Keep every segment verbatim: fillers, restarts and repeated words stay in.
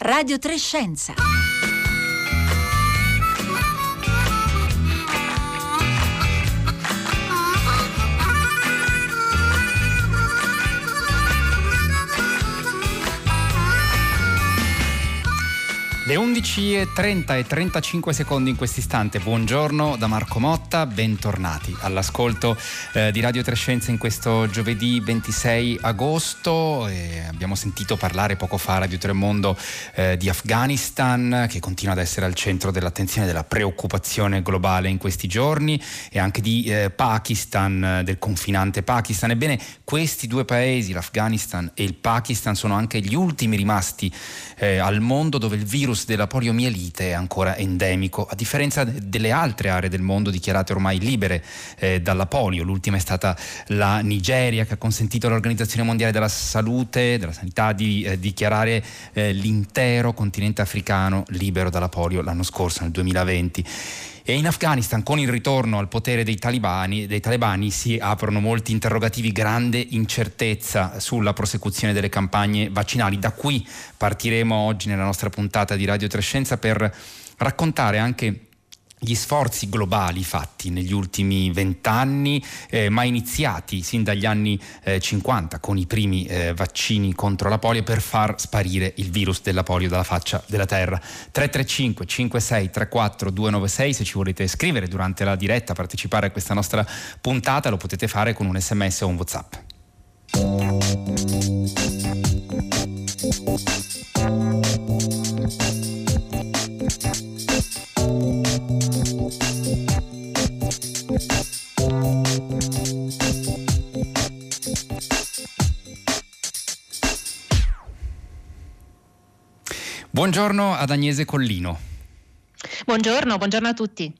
Radio tre Scienza. Le undici e trenta e trentacinque secondi in questo istante. Buongiorno da Marco Motta, bentornati all'ascolto eh, di Radio tre Scienze in questo giovedì ventisei agosto. E abbiamo sentito parlare poco fa a Radio tre Mondo eh, di Afghanistan, che continua ad essere al centro dell'attenzione, della preoccupazione globale in questi giorni, e anche di eh, Pakistan, del confinante Pakistan. Ebbene, questi due paesi, l'Afghanistan e il Pakistan, sono anche gli ultimi rimasti eh, al mondo dove il virus della poliomielite è ancora endemico, a differenza delle altre aree del mondo dichiarate ormai libere eh, dalla polio. L'ultima è stata la Nigeria, che ha consentito all'Organizzazione Mondiale della Salute, della Sanità, di eh, dichiarare eh, l'intero continente africano libero dalla polio l'anno scorso, nel duemilaventi. E in Afghanistan, con il ritorno al potere dei talibani, dei talebani, si aprono molti interrogativi, grande incertezza sulla prosecuzione delle campagne vaccinali. Da qui partiremo oggi nella nostra puntata di Radio tre Scienza per raccontare anche gli sforzi globali fatti negli ultimi vent'anni, eh, ma iniziati sin dagli anni eh, cinquanta con i primi eh, vaccini contro la polio, per far sparire il virus della polio dalla faccia della terra. tre tre cinque cinque sei tre quattro due nove sei, se ci volete scrivere durante la diretta, partecipare a questa nostra puntata, lo potete fare con un sms o un WhatsApp. Buongiorno ad Agnese Collino. Buongiorno, buongiorno a tutti.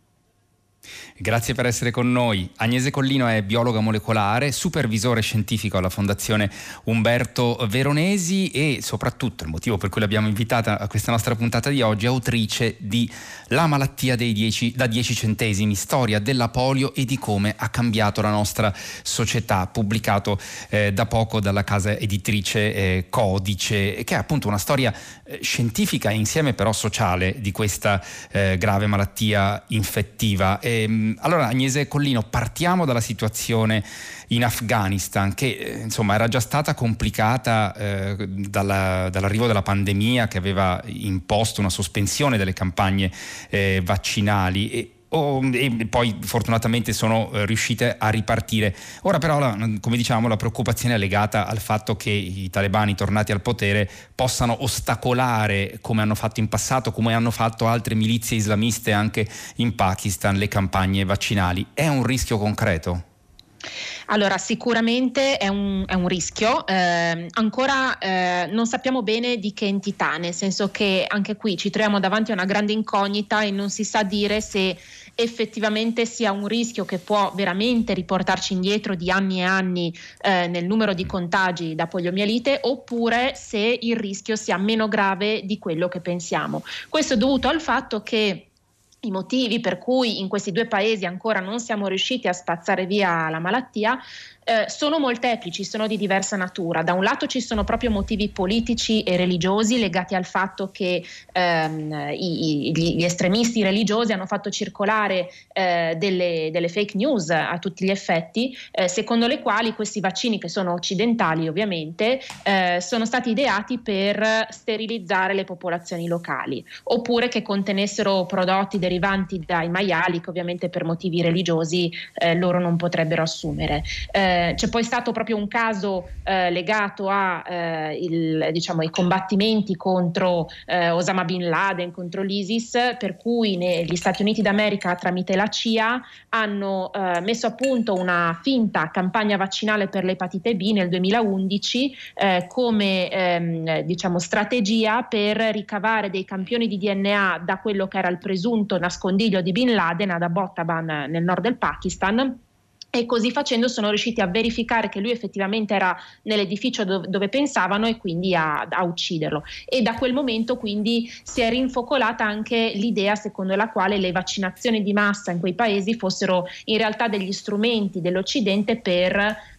Grazie per essere con noi. Agnese Collino è biologa molecolare, supervisore scientifico alla Fondazione Umberto Veronesi e soprattutto, il motivo per cui l'abbiamo invitata a questa nostra puntata di oggi, autrice di La malattia dei dieci, da dieci centesimi, storia della polio e di come ha cambiato la nostra società, pubblicato eh, da poco dalla casa editrice eh, Codice, che è appunto una storia eh, scientifica e insieme però sociale di questa eh, grave malattia infettiva. E, allora, Agnese Collino, partiamo dalla situazione in Afghanistan, che eh, insomma era già stata complicata eh, dalla, dall'arrivo della pandemia, che aveva imposto una sospensione delle campagne eh, vaccinali, e Oh, e poi fortunatamente sono eh, riuscite a ripartire. Ora però, la, come diciamo, la preoccupazione è legata al fatto che i talebani tornati al potere possano ostacolare, come hanno fatto in passato, come hanno fatto altre milizie islamiste anche in Pakistan, le campagne vaccinali. È un rischio concreto? Allora, sicuramente è un, è un rischio, eh, ancora eh, non sappiamo bene di che entità, nel senso che anche qui ci troviamo davanti a una grande incognita e non si sa dire se effettivamente sia un rischio che può veramente riportarci indietro di anni e anni eh, nel numero di contagi da poliomielite, oppure se il rischio sia meno grave di quello che pensiamo. Questo è dovuto al fatto che i motivi per cui in questi due paesi ancora non siamo riusciti a spazzare via la malattia eh, sono molteplici, sono di diversa natura. Da un lato ci sono proprio motivi politici e religiosi legati al fatto che ehm, i, gli, gli estremisti religiosi hanno fatto circolare eh, delle, delle fake news a tutti gli effetti, eh, secondo le quali questi vaccini, che sono occidentali ovviamente, eh, sono stati ideati per sterilizzare le popolazioni locali, oppure che contenessero prodotti derivanti dai maiali che ovviamente per motivi religiosi eh, loro non potrebbero assumere. Eh, c'è poi stato proprio un caso eh, legato a eh, il, diciamo, i combattimenti contro eh, Osama Bin Laden, contro l'ISIS, per cui negli Stati Uniti d'America tramite la C I A hanno eh, messo a punto una finta campagna vaccinale per l'epatite B nel duemilaundici eh, come ehm, diciamo, strategia per ricavare dei campioni di D N A da quello che era il presunto nascondiglio di Bin Laden ad Abbottabad nel nord del Pakistan. E così facendo sono riusciti a verificare che lui effettivamente era nell'edificio dove, dove pensavano e quindi a, a ucciderlo. E da quel momento quindi si è rinfocolata anche l'idea secondo la quale le vaccinazioni di massa in quei paesi fossero in realtà degli strumenti dell'Occidente per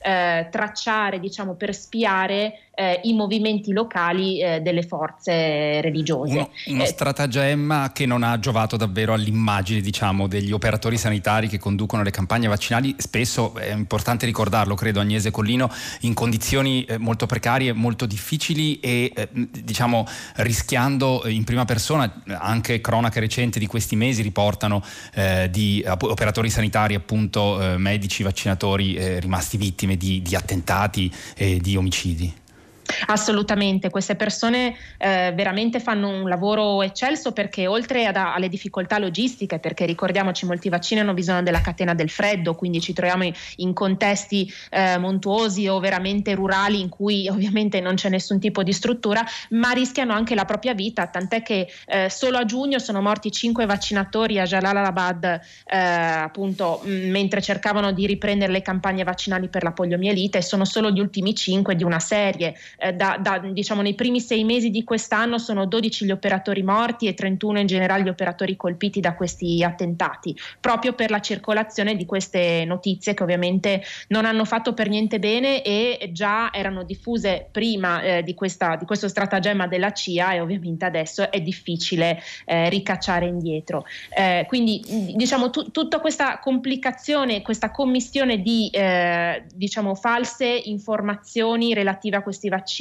eh, tracciare, diciamo, per spiare eh, i movimenti locali eh, delle forze religiose. Uno, uno eh, stratagemma che non ha giovato davvero all'immagine, diciamo, degli operatori sanitari che conducono le campagne vaccinali. Spesso, è importante ricordarlo, credo, Agnese Collino, in condizioni eh, molto precarie, molto difficili e eh, diciamo rischiando in prima persona. Anche cronache recenti di questi mesi riportano eh, di eh, operatori sanitari, appunto eh, medici, vaccinatori eh, rimasti vittime di, di attentati e di omicidi. Assolutamente, queste persone eh, veramente fanno un lavoro eccelso, perché oltre ad, alle difficoltà logistiche, perché ricordiamoci molti vaccini hanno bisogno della catena del freddo, quindi ci troviamo in, in contesti eh, montuosi o veramente rurali in cui ovviamente non c'è nessun tipo di struttura, ma rischiano anche la propria vita, tant'è che eh, solo a giugno sono morti cinque vaccinatori a Jalalabad eh, appunto mh, mentre cercavano di riprendere le campagne vaccinali per la poliomielite, e sono solo gli ultimi cinque di una serie. Da, da, diciamo nei primi sei mesi di quest'anno sono dodici gli operatori morti e trentuno in generale gli operatori colpiti da questi attentati, proprio per la circolazione di queste notizie che ovviamente non hanno fatto per niente bene e già erano diffuse prima eh, di, questa, di questo stratagemma della C I A, e ovviamente adesso è difficile eh, ricacciare indietro. Eh, quindi diciamo tu, tutta questa complicazione, questa commistione di eh, diciamo false informazioni relative a questi vaccini,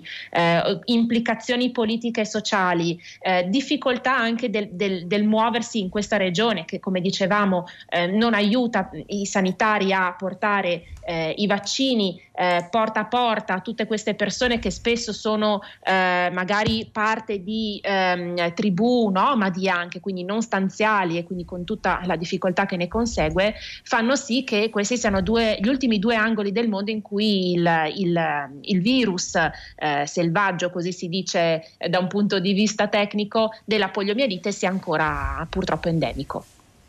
eh, implicazioni politiche e sociali, eh, difficoltà anche del, del, del muoversi in questa regione che, come dicevamo, eh, non aiuta i sanitari a portare eh, i vaccini eh, porta a porta a tutte queste persone che spesso sono eh, magari parte di ehm, tribù nomadi anche, quindi non stanziali, e quindi con tutta la difficoltà che ne consegue, fanno sì che questi siano due, gli ultimi due angoli del mondo in cui il, il, il virus Eh, selvaggio, così si dice eh, da un punto di vista tecnico, della poliomielite sia ancora purtroppo endemico.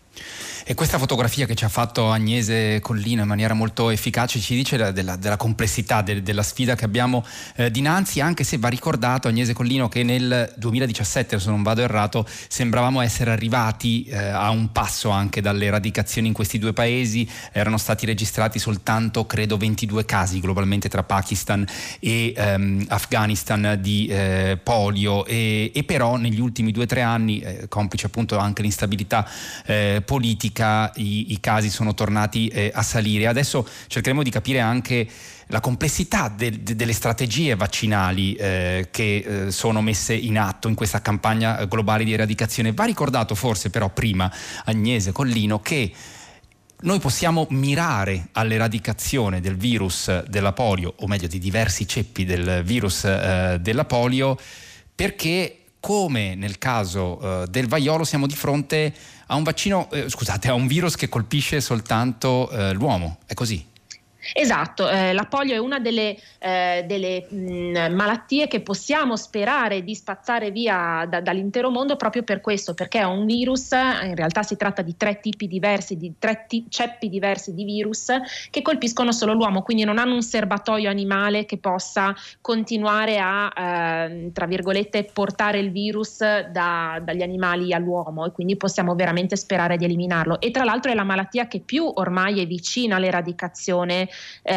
E questa fotografia che ci ha fatto Agnese Collino in maniera molto efficace ci dice della, della, della complessità de, della sfida che abbiamo eh, dinanzi, anche se va ricordato, Agnese Collino, che nel duemiladiciassette, se non vado errato, sembravamo essere arrivati eh, a un passo anche dalle eradicazioni in questi due paesi. Erano stati registrati soltanto, credo, ventidue casi globalmente tra Pakistan e ehm, Afghanistan di eh, polio, e, e però negli ultimi due o tre anni, eh, complice appunto anche l'instabilità eh, politica, I, i casi sono tornati eh, a salire. Adesso cercheremo di capire anche la complessità de, de, delle strategie vaccinali eh, che eh, sono messe in atto in questa campagna globale di eradicazione. Va ricordato forse però prima, Agnese Collino, che noi possiamo mirare all'eradicazione del virus della polio, o meglio di diversi ceppi del virus eh, della polio, perché come nel caso uh, del vaiolo siamo di fronte a un vaccino, eh, scusate, a un virus che colpisce soltanto uh, l'uomo, è così? Esatto, eh, la polio è una delle, eh, delle mh, malattie che possiamo sperare di spazzare via da, dall'intero mondo, proprio per questo, perché è un virus, in realtà si tratta di tre tipi diversi, di tre t- ceppi diversi di virus che colpiscono solo l'uomo, quindi non hanno un serbatoio animale che possa continuare a, eh, tra virgolette, portare il virus da, dagli animali all'uomo, e quindi possiamo veramente sperare di eliminarlo. E tra l'altro è la malattia che più ormai è vicina all'eradicazione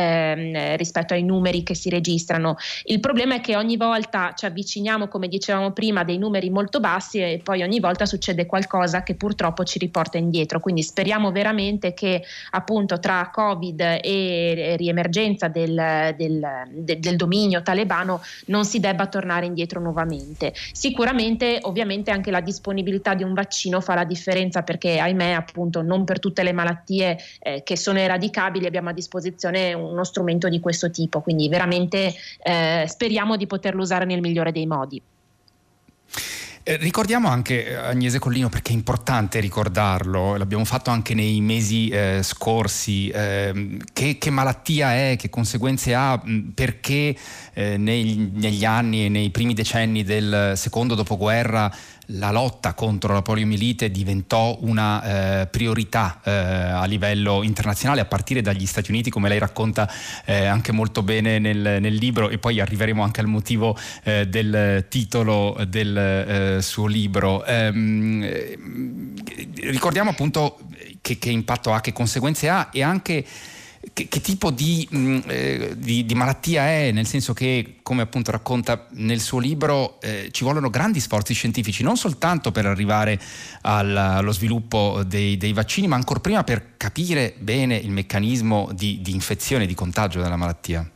Ehm, rispetto ai numeri che si registrano. Il problema è che ogni volta ci avviciniamo, come dicevamo prima, a dei numeri molto bassi, e poi ogni volta succede qualcosa che purtroppo ci riporta indietro. Quindi speriamo veramente che appunto tra Covid e riemergenza del, del, del, del dominio talebano non si debba tornare indietro nuovamente. Sicuramente ovviamente anche la disponibilità di un vaccino fa la differenza, perché ahimè appunto non per tutte le malattie eh, che sono eradicabili abbiamo a disposizione uno strumento di questo tipo, quindi veramente eh, speriamo di poterlo usare nel migliore dei modi. Eh, ricordiamo anche, Agnese Collino, perché è importante ricordarlo, l'abbiamo fatto anche nei mesi eh, scorsi, eh, che, che malattia è, che conseguenze ha, perché eh, negli, negli anni e nei primi decenni del secondo dopoguerra la lotta contro la poliomielite diventò una eh, priorità eh, a livello internazionale, a partire dagli Stati Uniti, come lei racconta eh, anche molto bene nel, nel libro, e poi arriveremo anche al motivo eh, del titolo del eh, suo libro. Ehm, ricordiamo appunto che, che impatto ha, che conseguenze ha, e anche che, che tipo di, mh, eh, di, di malattia è, nel senso che, come appunto racconta nel suo libro, eh, ci vogliono grandi sforzi scientifici, non soltanto per arrivare al, allo sviluppo dei, dei vaccini, ma ancor prima per capire bene il meccanismo di, di infezione, di contagio della malattia.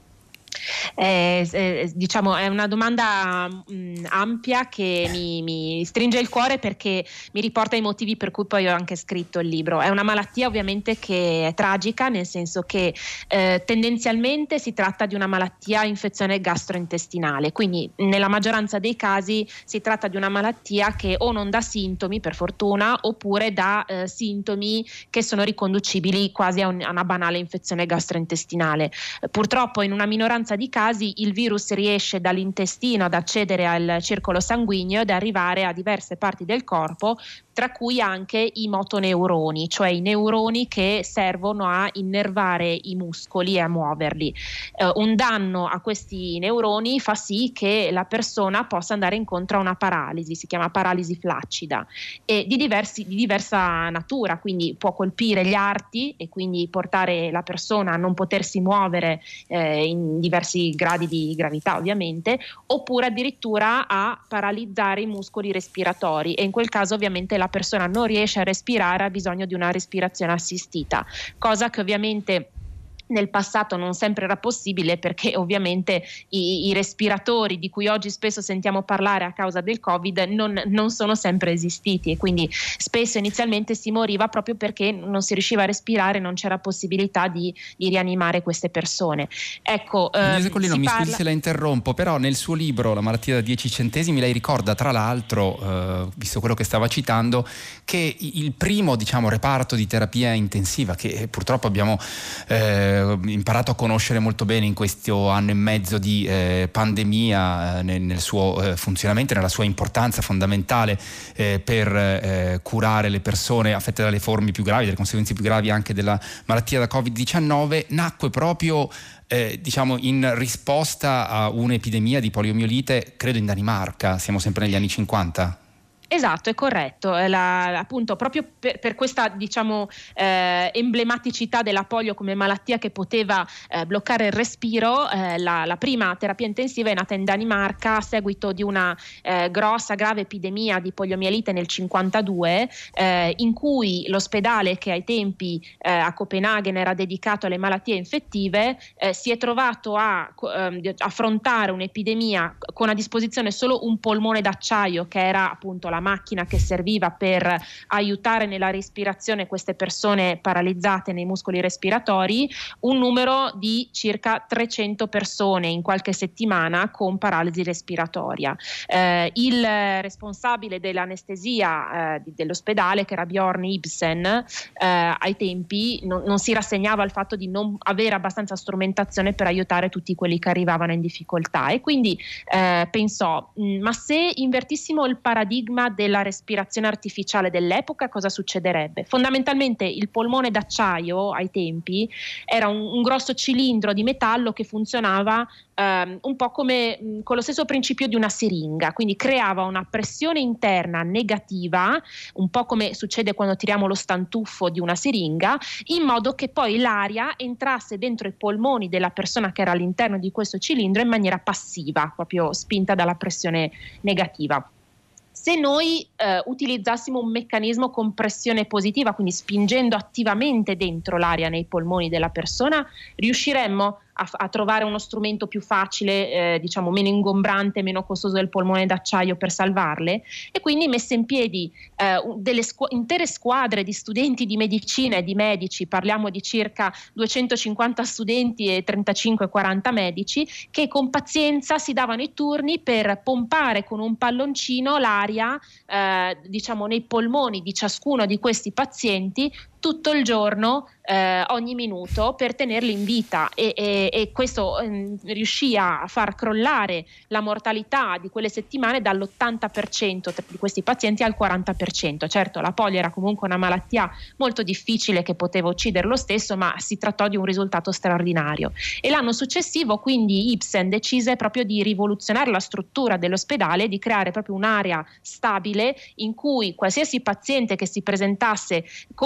Eh, eh, diciamo è una domanda mh, ampia che mi, mi stringe il cuore, perché mi riporta ai motivi per cui poi ho anche scritto il libro. È una malattia ovviamente che è tragica, nel senso che eh, tendenzialmente si tratta di una malattia a infezione gastrointestinale, quindi nella maggioranza dei casi si tratta di una malattia che o non dà sintomi, per fortuna, oppure dà eh, sintomi che sono riconducibili quasi a, un, a una banale infezione gastrointestinale. Eh, purtroppo in una minoranza di casi il virus riesce dall'intestino ad accedere al circolo sanguigno ed arrivare a diverse parti del corpo, tra cui anche i motoneuroni, cioè i neuroni che servono a innervare i muscoli e a muoverli. Eh, un danno a questi neuroni fa sì che la persona possa andare incontro a una paralisi, si chiama paralisi flaccida, e di, diversi, di diversa natura, quindi può colpire gli arti e quindi portare la persona a non potersi muovere eh, in diversi gradi di gravità ovviamente, oppure addirittura a paralizzare i muscoli respiratori, e in quel caso ovviamente la persona non riesce a respirare, ha bisogno di una respirazione assistita, cosa che ovviamente nel passato non sempre era possibile, perché ovviamente i, i respiratori di cui oggi spesso sentiamo parlare a causa del Covid non, non sono sempre esistiti, e quindi spesso inizialmente si moriva proprio perché non si riusciva a respirare, non c'era possibilità di, di rianimare queste persone. Ecco, Agnese ehm, Collino, si mi parla... scusi se la interrompo, però nel suo libro La malattia da dieci centesimi lei ricorda, tra l'altro, eh, visto quello che stava citando, che il primo, diciamo, reparto di terapia intensiva che purtroppo abbiamo eh, imparato a conoscere molto bene in questo anno e mezzo di eh, pandemia, eh, nel, nel suo eh, funzionamento, nella sua importanza fondamentale eh, per eh, curare le persone affette dalle forme più gravi, delle conseguenze più gravi anche della malattia da covid diciannove, nacque proprio eh, diciamo in risposta a un'epidemia di poliomielite, credo in Danimarca, siamo sempre negli anni cinquanta. Esatto, è corretto. La, appunto proprio per, per questa diciamo eh, emblematicità della polio come malattia che poteva eh, bloccare il respiro, eh, la, la prima terapia intensiva è nata in Danimarca a seguito di una eh, grossa, grave epidemia di poliomielite nel cinquantadue, eh, in cui l'ospedale, che ai tempi eh, a Copenaghen era dedicato alle malattie infettive, eh, si è trovato a eh, affrontare un'epidemia con a disposizione solo un polmone d'acciaio, che era appunto la macchina che serviva per aiutare nella respirazione queste persone paralizzate nei muscoli respiratori, un numero di circa trecento persone in qualche settimana con paralisi respiratoria. Eh, il responsabile dell'anestesia eh, dell'ospedale, che era Bjorn Ibsen, eh, ai tempi non, non si rassegnava al fatto di non avere abbastanza strumentazione per aiutare tutti quelli che arrivavano in difficoltà, e quindi eh, pensò, ma se invertissimo il paradigma della respirazione artificiale dell'epoca, cosa succederebbe? Fondamentalmente il polmone d'acciaio ai tempi era un, un grosso cilindro di metallo che funzionava um, un po' come mh, con lo stesso principio di una siringa, quindi creava una pressione interna negativa, un po' come succede quando tiriamo lo stantuffo di una siringa, in modo che poi l'aria entrasse dentro i polmoni della persona che era all'interno di questo cilindro in maniera passiva, proprio spinta dalla pressione negativa. Se noi eh, utilizzassimo un meccanismo con pressione positiva, quindi spingendo attivamente dentro l'aria nei polmoni della persona, riusciremmo a, a trovare uno strumento più facile, eh, diciamo meno ingombrante, meno costoso del polmone d'acciaio per salvarle, e quindi messe in piedi eh, delle scu- intere squadre di studenti di medicina e di medici, parliamo di circa duecentocinquanta studenti e trentacinque quaranta medici, che con pazienza si davano i turni per pompare con un palloncino l'aria eh, diciamo nei polmoni di ciascuno di questi pazienti tutto il giorno, eh, ogni minuto, per tenerli in vita, e, e, e questo eh, riuscì a far crollare la mortalità di quelle settimane dall'ottanta per cento di questi pazienti al quaranta per cento. Certo, la polio era comunque una malattia molto difficile che poteva uccidere lo stesso, ma si trattò di un risultato straordinario. E l'anno successivo quindi Ibsen decise proprio di rivoluzionare la struttura dell'ospedale, di creare proprio un'area stabile in cui qualsiasi paziente che si presentasse con necessità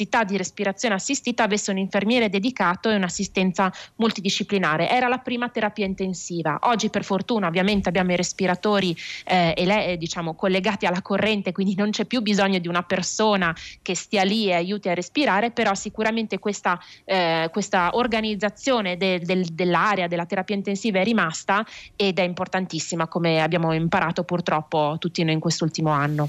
necessità di respirazione assistita avesse un infermiere dedicato e un'assistenza multidisciplinare. Era la prima terapia intensiva. Oggi per fortuna ovviamente abbiamo i respiratori eh, e le, diciamo, collegati alla corrente, quindi non c'è più bisogno di una persona che stia lì e aiuti a respirare, però sicuramente questa, eh, questa organizzazione de, del, dell'area della terapia intensiva è rimasta ed è importantissima, come abbiamo imparato purtroppo tutti noi in quest'ultimo anno.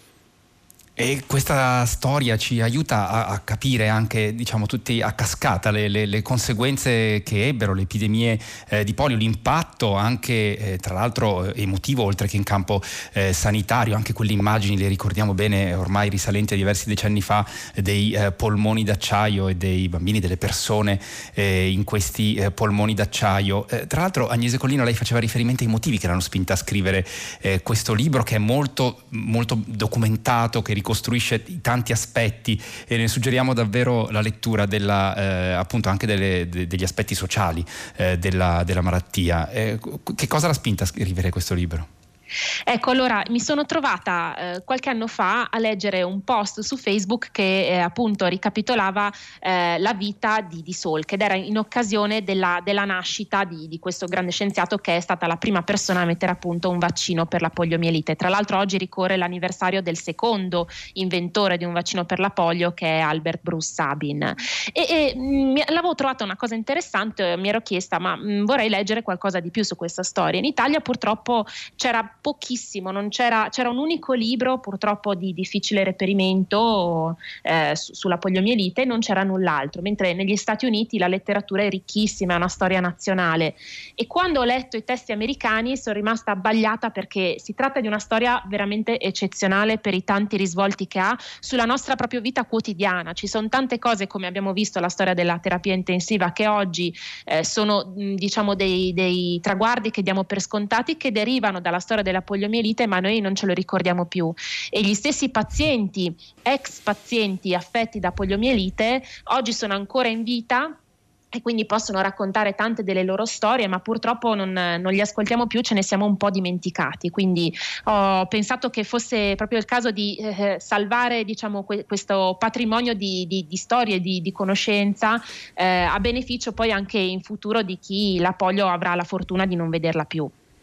E questa storia ci aiuta a, a capire anche, diciamo, tutti a cascata le, le, le conseguenze che ebbero le epidemie eh, di polio, l'impatto anche eh, tra l'altro emotivo oltre che in campo eh, sanitario, anche quelle immagini le ricordiamo bene ormai risalenti a diversi decenni fa, dei eh, polmoni d'acciaio e dei bambini, delle persone eh, in questi eh, polmoni d'acciaio. Eh, tra l'altro Agnese Collino, lei faceva riferimento ai motivi che l'hanno spinta a scrivere eh, questo libro, che è molto, molto documentato, che costruisce tanti aspetti, e ne suggeriamo davvero la lettura della, eh, appunto anche delle, de, degli aspetti sociali eh, della, della malattia. Eh, che cosa l'ha spinta a scrivere questo libro? Ecco, allora mi sono trovata eh, qualche anno fa a leggere un post su Facebook che eh, appunto ricapitolava eh, la vita di, di Salk, ed era in occasione della, della nascita di, di questo grande scienziato che è stata la prima persona a mettere a punto un vaccino per la poliomielite. Tra l'altro oggi ricorre l'anniversario del secondo inventore di un vaccino per la polio, che è Albert Bruce Sabin, e, e mh, l'avevo trovata una cosa interessante. Mi ero chiesta ma mh, vorrei leggere qualcosa di più su questa storia. In Italia purtroppo c'era pochissimo, non c'era, c'era un unico libro purtroppo di difficile reperimento eh, su, sulla poliomielite, non c'era null'altro, mentre negli Stati Uniti la letteratura è ricchissima, è una storia nazionale, e quando ho letto i testi americani sono rimasta abbagliata, perché si tratta di una storia veramente eccezionale per i tanti risvolti che ha sulla nostra propria vita quotidiana. Ci sono tante cose, come abbiamo visto la storia della terapia intensiva, che oggi eh, sono mh, diciamo dei, dei traguardi che diamo per scontati, che derivano dalla storia della poliomielite, ma noi non ce lo ricordiamo più, e gli stessi pazienti, ex pazienti affetti da poliomielite oggi sono ancora in vita e quindi possono raccontare tante delle loro storie, ma purtroppo non, non li ascoltiamo più, ce ne siamo un po' dimenticati. Quindi ho pensato che fosse proprio il caso di eh, salvare, diciamo, que- questo patrimonio di, di, di storie, di, di conoscenza, eh, a beneficio poi anche in futuro di chi la polio avrà la fortuna di non vederla più.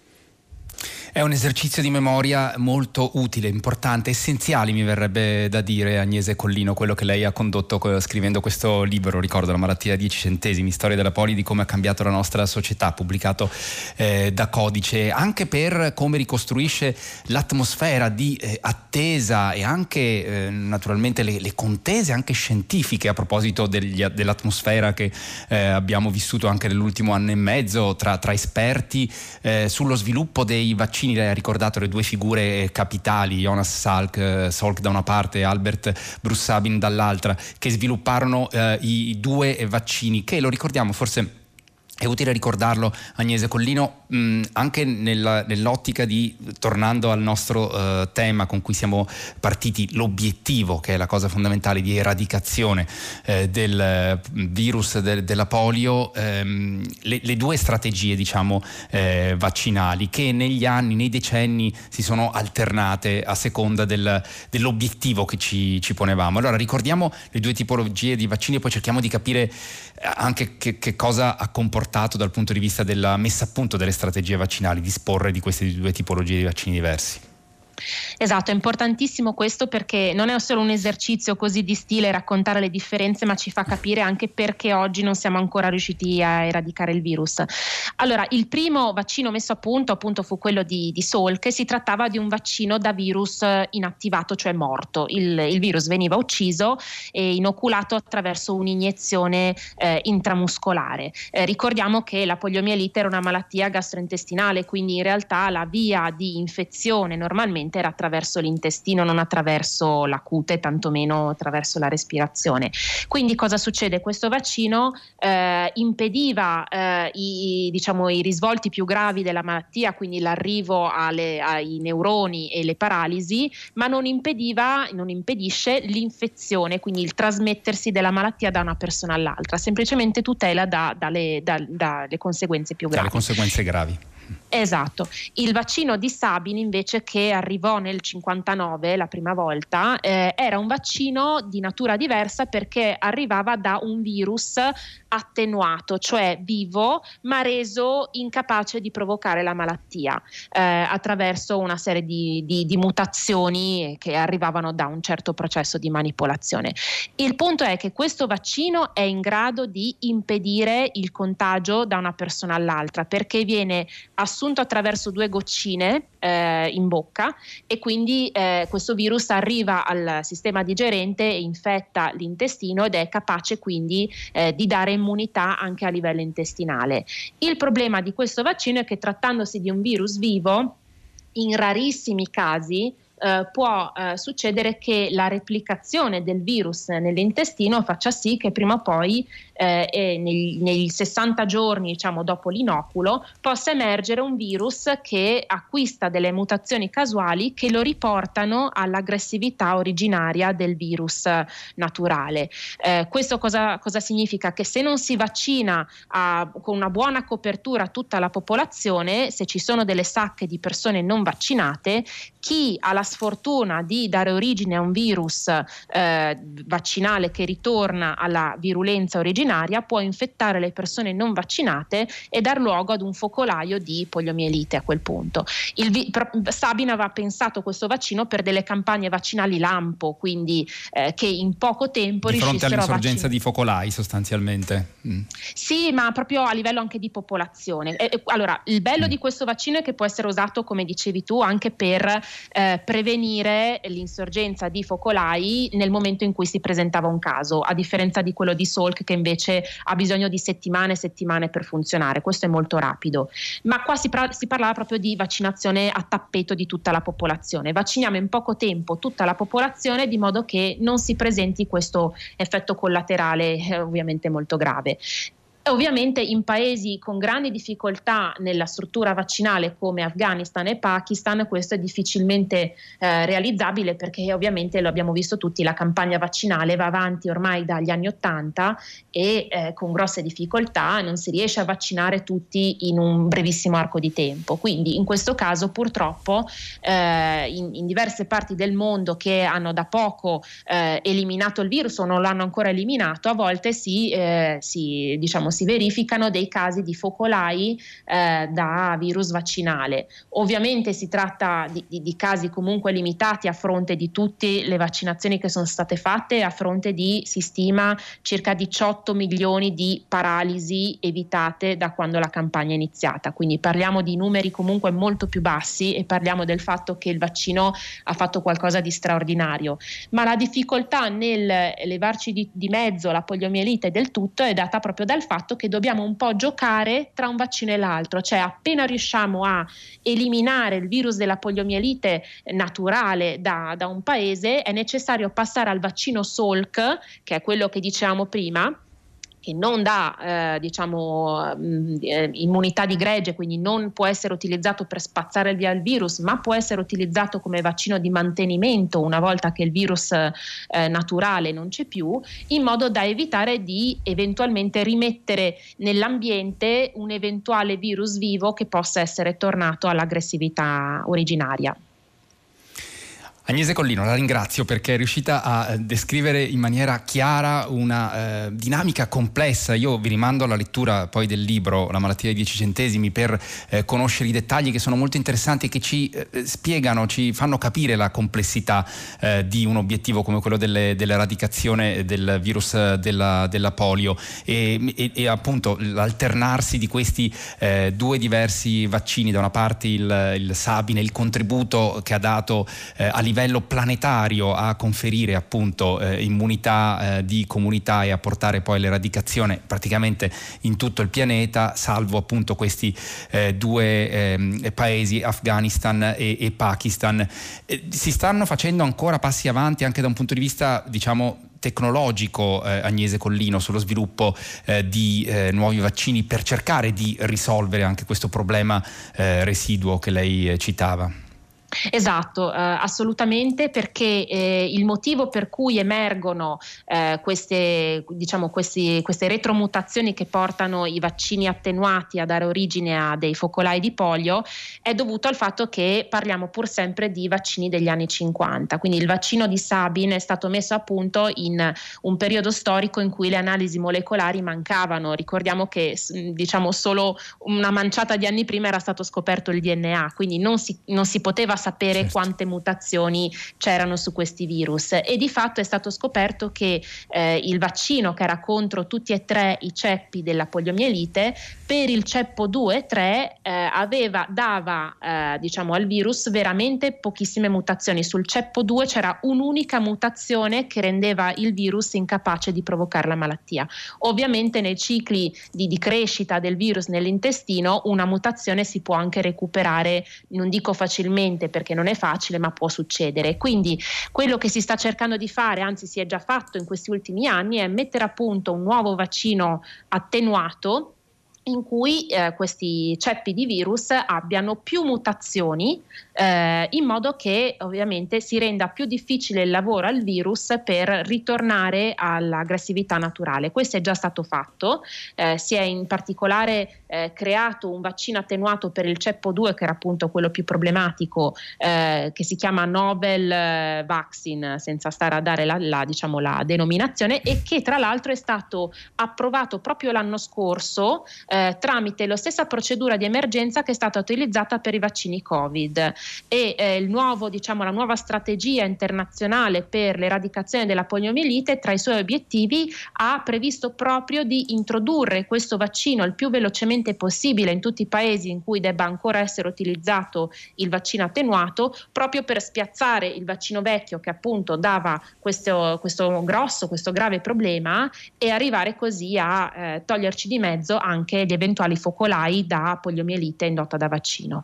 È un esercizio di memoria molto utile, importante, essenziale, mi verrebbe da dire, Agnese Collino, quello che lei ha condotto scrivendo questo libro, ricordo, La malattia a dieci centesimi, storia della polio, di come ha cambiato la nostra società, pubblicato eh, da Codice, anche per come ricostruisce l'atmosfera di eh, attesa e anche eh, naturalmente le, le contese anche scientifiche a proposito degli, dell'atmosfera che eh, abbiamo vissuto anche nell'ultimo anno e mezzo tra, tra esperti eh, sullo sviluppo dei vaccini. Lei ha ricordato le due figure capitali, Jonas Salk, Salk da una parte e Albert Bruce Sabin dall'altra, che svilupparono eh, i due vaccini, che, lo ricordiamo, forse è utile ricordarlo, Agnese Collino, mh, anche nella, nell'ottica di, tornando al nostro uh, tema con cui siamo partiti, l'obiettivo, che è la cosa fondamentale, di eradicazione eh, del virus de, della polio, ehm, le, le due strategie, diciamo, eh, vaccinali, che negli anni, nei decenni si sono alternate a seconda del, dell'obiettivo che ci, ci ponevamo. Allora ricordiamo le due tipologie di vaccini e poi cerchiamo di capire anche che, che cosa ha comportato dal punto di vista della messa a punto delle strategie vaccinali, disporre di queste due tipologie di vaccini diversi. Esatto, è importantissimo questo, perché non è solo un esercizio così di stile raccontare le differenze, ma ci fa capire anche perché oggi non siamo ancora riusciti a eradicare il virus. Allora, il primo vaccino messo a punto appunto fu quello di, di Salk. Si trattava di un vaccino da virus inattivato, cioè morto. Il, il virus veniva ucciso e inoculato attraverso un'iniezione eh, intramuscolare. Eh, ricordiamo che la poliomielite era una malattia gastrointestinale, quindi in realtà la via di infezione normalmente era attraverso l'intestino, non attraverso la cute, tantomeno attraverso la respirazione. Quindi cosa succede? Questo vaccino eh, impediva eh, i, diciamo, i risvolti più gravi della malattia, quindi l'arrivo alle, ai neuroni e le paralisi, ma non impediva, non impedisce l'infezione, quindi il trasmettersi della malattia da una persona all'altra, semplicemente tutela da, dalle, da, dalle conseguenze più gravi. Dalle conseguenze gravi. Esatto, il vaccino di Sabin invece, che arrivò nel cinquantanove la prima volta, eh, era un vaccino di natura diversa perché arrivava da un virus attenuato, cioè vivo ma reso incapace di provocare la malattia eh, attraverso una serie di, di, di mutazioni che arrivavano da un certo processo di manipolazione. Il punto è che questo vaccino è in grado di impedire il contagio da una persona all'altra, perché viene assunto attraverso due goccine eh, in bocca, e quindi eh, questo virus arriva al sistema digerente e infetta l'intestino ed è capace quindi eh, di dare immunità anche a livello intestinale. Il problema di questo vaccino è che, trattandosi di un virus vivo, in rarissimi casi Uh, può uh, succedere che la replicazione del virus nell'intestino faccia sì che prima o poi eh, e nei, nei sessanta giorni, diciamo, dopo l'inoculo, possa emergere un virus che acquista delle mutazioni casuali che lo riportano all'aggressività originaria del virus naturale. Eh, questo cosa, cosa significa? Che se non si vaccina a, con una buona copertura tutta la popolazione, se ci sono delle sacche di persone non vaccinate, chi ha la sfortuna di dare origine a un virus eh, vaccinale che ritorna alla virulenza originaria può infettare le persone non vaccinate e dar luogo ad un focolaio di poliomielite a quel punto. Il vi- Sabin aveva pensato questo vaccino per delle campagne vaccinali lampo, quindi eh, che in poco tempo di riuscissero fronte all'insorgenza a vaccinare. di focolai sostanzialmente. Mm. Sì, ma proprio a livello anche di popolazione. Eh, allora, il bello mm. di questo vaccino è che può essere usato, come dicevi tu, anche per eh, prevenire l'insorgenza di focolai nel momento in cui si presentava un caso, a differenza di quello di Salk, che invece ha bisogno di settimane e settimane per funzionare. Questo è molto rapido. Ma qua si, pra- si parlava proprio di vaccinazione a tappeto di tutta la popolazione. Vacciniamo in poco tempo tutta la popolazione di modo che non si presenti questo effetto collaterale eh, ovviamente molto grave. Ovviamente in paesi con grandi difficoltà nella struttura vaccinale come Afghanistan e Pakistan questo è difficilmente eh, realizzabile, perché ovviamente lo abbiamo visto tutti, la campagna vaccinale va avanti ormai dagli anni Ottanta e eh, con grosse difficoltà non si riesce a vaccinare tutti in un brevissimo arco di tempo. Quindi in questo caso purtroppo eh, in, in diverse parti del mondo che hanno da poco eh, eliminato il virus o non l'hanno ancora eliminato, a volte si, eh, si diciamo si verificano dei casi di focolai eh, da virus vaccinale. Ovviamente si tratta di, di, di casi comunque limitati a fronte di tutte le vaccinazioni che sono state fatte, a fronte di, si stima, circa diciotto milioni di paralisi evitate da quando la campagna è iniziata. Quindi parliamo di numeri comunque molto più bassi e parliamo del fatto che il vaccino ha fatto qualcosa di straordinario. Ma la difficoltà nel levarci di, di mezzo la poliomielite del tutto è data proprio dal fatto che dobbiamo un po' giocare tra un vaccino e l'altro, cioè appena riusciamo a eliminare il virus della poliomielite naturale da, da un paese è necessario passare al vaccino Salk, che è quello che dicevamo prima, che non dà eh, diciamo mh, eh, immunità di gregge, quindi non può essere utilizzato per spazzare via il virus, ma può essere utilizzato come vaccino di mantenimento una volta che il virus eh, naturale non c'è più, in modo da evitare di eventualmente rimettere nell'ambiente un eventuale virus vivo che possa essere tornato all'aggressività originaria. Agnese Collino, la ringrazio perché è riuscita a descrivere in maniera chiara una eh, dinamica complessa. Io vi rimando alla lettura poi del libro La malattia dei dieci centesimi per eh, conoscere i dettagli che sono molto interessanti e che ci eh, spiegano, ci fanno capire la complessità eh, di un obiettivo come quello delle, dell'eradicazione del virus della, della polio e, e, e appunto l'alternarsi di questi eh, due diversi vaccini, da una parte il, il Sabin e il contributo che ha dato eh, a livello livello planetario a conferire appunto eh, immunità eh, di comunità e a portare poi l'eradicazione praticamente in tutto il pianeta, salvo appunto questi eh, due eh, paesi, Afghanistan e, e Pakistan. Eh, si stanno facendo ancora passi avanti anche da un punto di vista, diciamo, tecnologico, eh, Agnese Collino, sullo sviluppo eh, di eh, nuovi vaccini per cercare di risolvere anche questo problema eh, residuo che lei eh, citava? Esatto, eh, assolutamente, perché eh, il motivo per cui emergono eh, queste, diciamo, questi, queste retromutazioni che portano i vaccini attenuati a dare origine a dei focolai di polio è dovuto al fatto che parliamo pur sempre di vaccini degli anni cinquanta, quindi il vaccino di Sabin è stato messo a punto in un periodo storico in cui le analisi molecolari mancavano. Ricordiamo che diciamo solo una manciata di anni prima era stato scoperto il D N A, quindi non si, non si poteva sapere certo. quante mutazioni c'erano su questi virus, e di fatto è stato scoperto che eh, il vaccino, che era contro tutti e tre i ceppi della poliomielite, per il ceppo due e tre eh, aveva, dava eh, diciamo al virus veramente pochissime mutazioni. Sul ceppo due c'era un'unica mutazione che rendeva il virus incapace di provocare la malattia. Ovviamente nei cicli di, di crescita del virus nell'intestino una mutazione si può anche recuperare, non dico facilmente perché non è facile, ma può succedere. Quindi quello che si sta cercando di fare, anzi si è già fatto in questi ultimi anni, è mettere a punto un nuovo vaccino attenuato in cui eh, questi ceppi di virus abbiano più mutazioni, eh, in modo che ovviamente si renda più difficile il lavoro al virus per ritornare all'aggressività naturale. Questo è già stato fatto, eh, si è in particolare eh, creato un vaccino attenuato per il ceppo due, che era appunto quello più problematico, eh, che si chiama Novel Vaccine, senza stare a dare la, la, diciamo, la denominazione, e che tra l'altro è stato approvato proprio l'anno scorso Eh, tramite la stessa procedura di emergenza che è stata utilizzata per i vaccini Covid, e eh, il nuovo, diciamo, la nuova strategia internazionale per l'eradicazione della poliomielite, tra i suoi obiettivi ha previsto proprio di introdurre questo vaccino il più velocemente possibile in tutti i paesi in cui debba ancora essere utilizzato il vaccino attenuato, proprio per spiazzare il vaccino vecchio che appunto dava questo, questo grosso, questo grave problema, e arrivare così a eh, toglierci di mezzo anche gli eventuali focolai da poliomielite indotta da vaccino.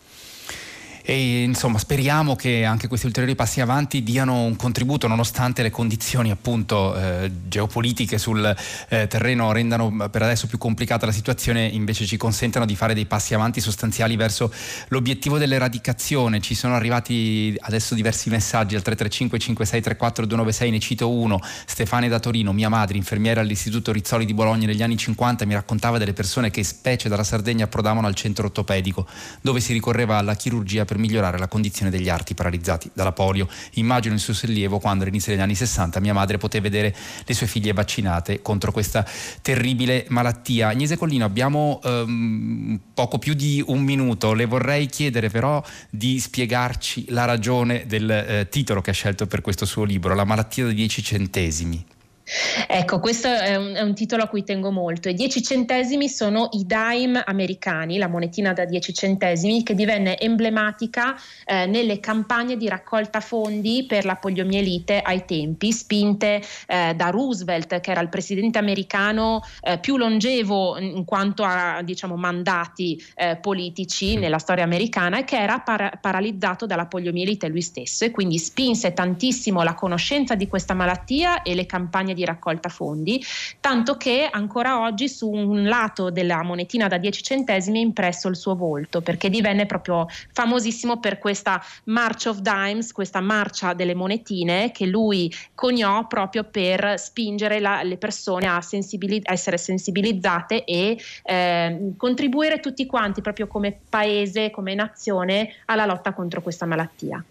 E insomma speriamo che anche questi ulteriori passi avanti diano un contributo, nonostante le condizioni appunto eh, geopolitiche sul eh, terreno rendano per adesso più complicata la situazione, invece ci consentano di fare dei passi avanti sostanziali verso l'obiettivo dell'eradicazione. Ci sono arrivati adesso diversi messaggi al tre tre cinque cinque sei tre quattro due nove sei, ne cito uno. Stefania da Torino: mia madre, infermiera all'Istituto Rizzoli di Bologna negli anni cinquanta, mi raccontava delle persone che, specie dalla Sardegna, approdavano al centro ortopedico, dove si ricorreva alla chirurgia per migliorare la condizione degli arti paralizzati dalla polio. Immagino il suo sollievo quando all'inizio degli anni sessanta mia madre poté vedere le sue figlie vaccinate contro questa terribile malattia. Agnese Collino, abbiamo um, poco più di un minuto, le vorrei chiedere però di spiegarci la ragione del eh, titolo che ha scelto per questo suo libro, La malattia dei dieci centesimi. Ecco, questo è un, è un titolo a cui tengo molto. I dieci centesimi sono i dime americani, la monetina da dieci centesimi, che divenne emblematica eh, nelle campagne di raccolta fondi per la poliomielite ai tempi, spinte eh, da Roosevelt, che era il presidente americano eh, più longevo in quanto a, diciamo, mandati eh, politici nella storia americana, e che era para- paralizzato dalla poliomielite lui stesso, e quindi spinse tantissimo la conoscenza di questa malattia e le campagne di raccolta fondi, tanto che ancora oggi su un lato della monetina da dieci centesimi è impresso il suo volto, perché divenne proprio famosissimo per questa March of Dimes, questa marcia delle monetine che lui coniò proprio per spingere la, le persone a, sensibili- a essere sensibilizzate e eh, contribuire tutti quanti proprio come paese, come nazione, alla lotta contro questa malattia.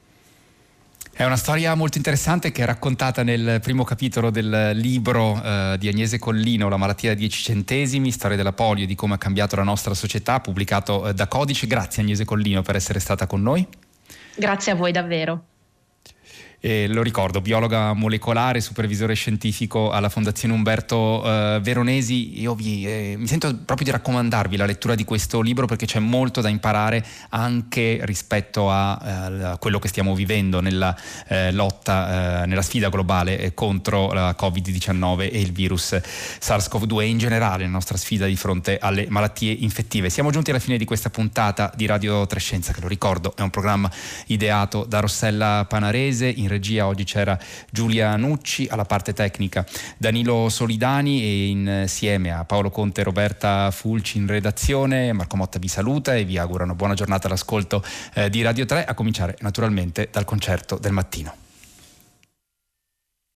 È una storia molto interessante che è raccontata nel primo capitolo del libro eh, di Agnese Collino, La malattia da dieci centesimi, storia della polio e di come ha cambiato la nostra società, pubblicato eh, da Codice. Grazie Agnese Collino per essere stata con noi. Grazie a voi davvero. Eh, lo ricordo, biologa molecolare, supervisore scientifico alla Fondazione Umberto eh, Veronesi. Io vi, eh, mi sento proprio di raccomandarvi la lettura di questo libro, perché c'è molto da imparare anche rispetto a, eh, a quello che stiamo vivendo nella eh, lotta, eh, nella sfida globale eh, contro la covid diciannove e il virus SARS-CoV due, e in generale la nostra sfida di fronte alle malattie infettive. Siamo giunti alla fine di questa puntata di Radio Trescenza, che lo ricordo è un programma ideato da Rossella Panarese, in regia oggi c'era Giulia Nucci, alla parte tecnica Danilo Solidani e insieme a Paolo Conte e Roberta Fulci in redazione Marco Motta vi saluta e vi augura una buona giornata all'ascolto eh, di Radio tre, a cominciare naturalmente dal concerto del mattino.